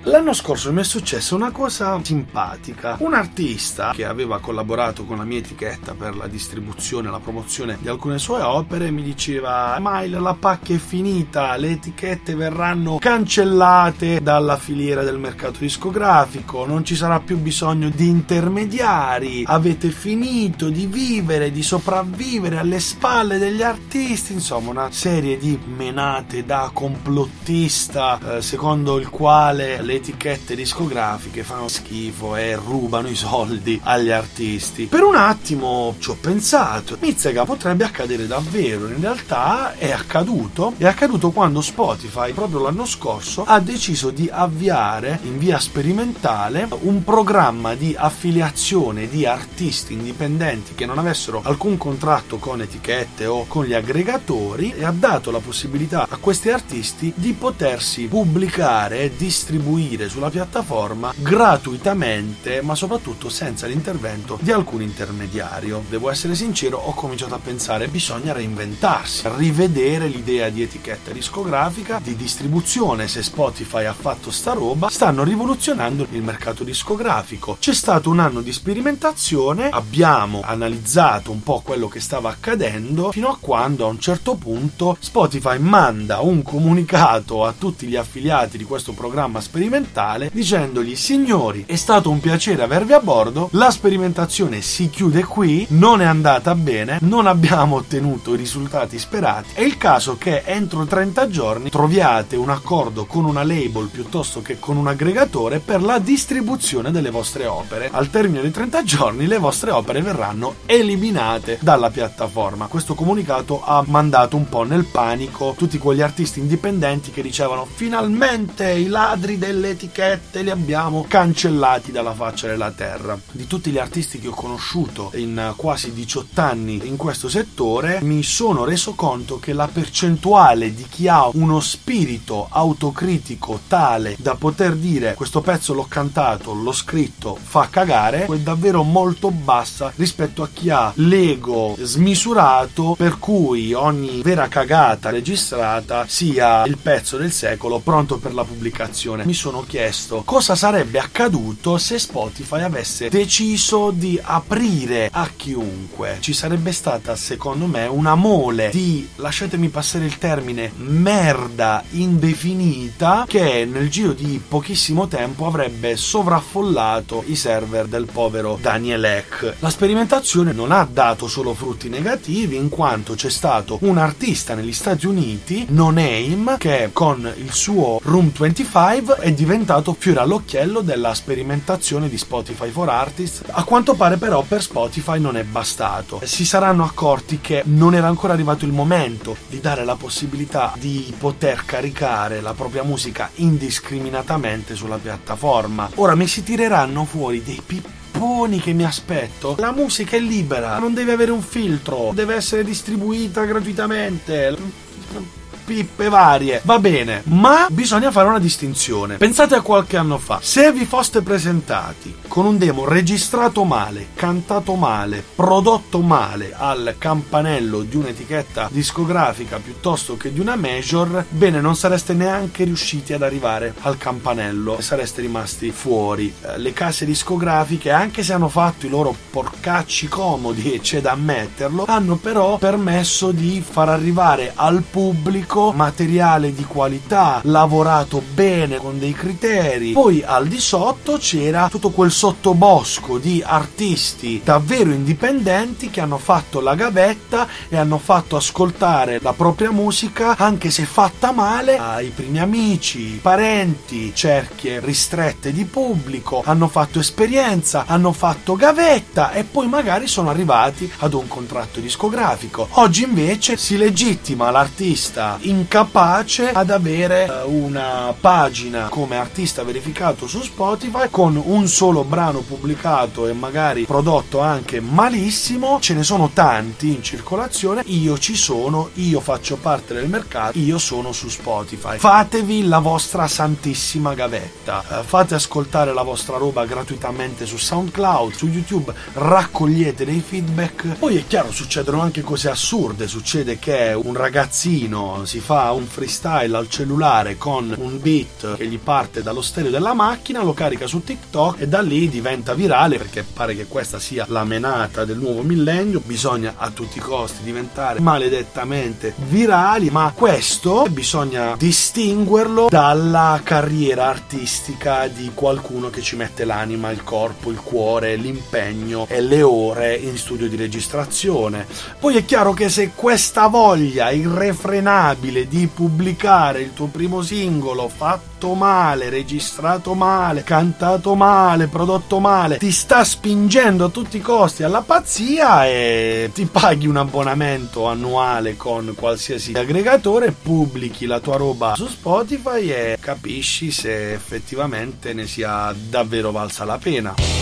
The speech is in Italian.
L'anno scorso mi è successa una cosa simpatica. Un artista che aveva collaborato con la mia etichetta per la distribuzione e la promozione di alcune sue opere mi diceva: Mail, la pacca è finita, le etichette verranno cancellate dalla filiera del mercato discografico, non ci sarà più bisogno di intermediari, avete finito di vivere, di sopravvivere alle spalle degli artisti. Insomma, una serie di menate da complottista secondo il quale le etichette discografiche fanno schifo e rubano i soldi agli artisti. Per un attimo ci ho pensato, Mizzega, potrebbe accadere davvero. In realtà è accaduto quando Spotify proprio l'anno scorso ha deciso di avviare in via sperimentale un programma di affiliazione di artisti indipendenti che non avessero alcun contratto con etichette o con gli aggregatori, e ha dato la possibilità a questi artisti di potersi pubblicare e distribuire sulla piattaforma gratuitamente, ma soprattutto senza l'intervento di alcun intermediario. Devo essere sincero, ho cominciato a pensare: bisogna reinventarsi, rivedere l'idea di etichetta discografica, di distribuzione. Se Spotify ha fatto sta roba, stanno rivoluzionando il mercato discografico. C'è stato un anno di sperimentazione, abbiamo analizzato un po' quello che stava accadendo, fino a quando a un certo punto Spotify manda un comunicato a tutti gli affiliati di questo programma sperimentale dicendogli: signori, è stato un piacere avervi a bordo, la sperimentazione si chiude qui, non è andata bene, non abbiamo ottenuto i risultati sperati, è il caso che entro 30 giorni troviate un accordo con una label piuttosto che con un aggregatore per la distribuzione delle vostre opere. Al termine dei 30 giorni le vostre opere verranno eliminate dalla piattaforma. Questo comunicato ha mandato un po' nel panico tutti quegli artisti indipendenti che dicevano: finalmente i ladri delle etichette li abbiamo cancellati dalla faccia della terra. Di tutti gli artisti che ho conosciuto in quasi 18 anni in questo settore, mi sono reso conto che la percentuale di chi ha uno spirito autocritico tale da poter dire: questo pezzo l'ho cantato, l'ho scritto, fa cagare, è davvero molto bassa rispetto a chi ha l'ego smisurato per cui ogni vera cagata registrata sia il pezzo del secolo pronto per la pubblicazione. Mi sono chiesto cosa sarebbe accaduto se Spotify avesse deciso di aprire a chiunque. Ci sarebbe stata, secondo me, una mole di, lasciatemi passare il termine, merda indefinita che nel giro di pochissimo tempo avrebbe sovraffollato i server del povero Daniel Ek. La sperimentazione non ha dato solo frutti negativi, in quanto c'è stato un artista negli Stati Uniti, No Name, che con il suo Room 25 è diventato fiore all'occhiello della sperimentazione di Spotify for Artists. A quanto pare però per Spotify non è bastato. Si saranno accorti che non era ancora arrivato il momento di dare la possibilità di poter caricare la propria musica indiscriminatamente sulla piattaforma. Ora mi si tireranno fuori dei pipponi che mi aspetto. La musica è libera, non deve avere un filtro, deve essere distribuita gratuitamente, pippe varie, va bene, ma bisogna fare una distinzione. Pensate a qualche anno fa: se vi foste presentati con un demo registrato male, cantato male, prodotto male al campanello di un'etichetta discografica piuttosto che di una major, bene, non sareste neanche riusciti ad arrivare al campanello, sareste rimasti fuori. Le case discografiche, anche se hanno fatto i loro porcacci comodi, e c'è da ammetterlo, hanno però permesso di far arrivare al pubblico materiale di qualità, lavorato bene con dei criteri. Poi al di sotto c'era tutto quel sottobosco di artisti davvero indipendenti che hanno fatto la gavetta e hanno fatto ascoltare la propria musica, anche se fatta male, ai primi amici, parenti, cerchie ristrette di pubblico. Hanno fatto esperienza, hanno fatto gavetta e poi magari sono arrivati ad un contratto discografico. Oggi invece si legittima l'artista incapace ad avere una pagina come artista verificato su Spotify con un solo brano pubblicato e magari prodotto anche malissimo. Ce ne sono tanti in circolazione. Io ci sono, io faccio parte del mercato, io sono su Spotify. Fatevi la vostra santissima gavetta, fate ascoltare la vostra roba gratuitamente su SoundCloud, su YouTube, raccogliete dei feedback. Poi è chiaro, succedono anche cose assurde. Succede che un ragazzino si fa un freestyle al cellulare con un beat che gli parte dallo stereo della macchina, lo carica su TikTok e da lì diventa virale, perché pare che questa sia la menata del nuovo millennio. Bisogna a tutti i costi diventare maledettamente virali, ma questo bisogna distinguerlo dalla carriera artistica di qualcuno che ci mette l'anima, il corpo, il cuore, l'impegno e le ore in studio di registrazione. Poi è chiaro che se questa voglia irrefrenabile di pubblicare il tuo primo singolo fatto male, registrato male, cantato male, prodotto male, ti sta spingendo a tutti i costi alla pazzia, e ti paghi un abbonamento annuale con qualsiasi aggregatore, pubblichi la tua roba su Spotify e capisci se effettivamente ne sia davvero valsa la pena.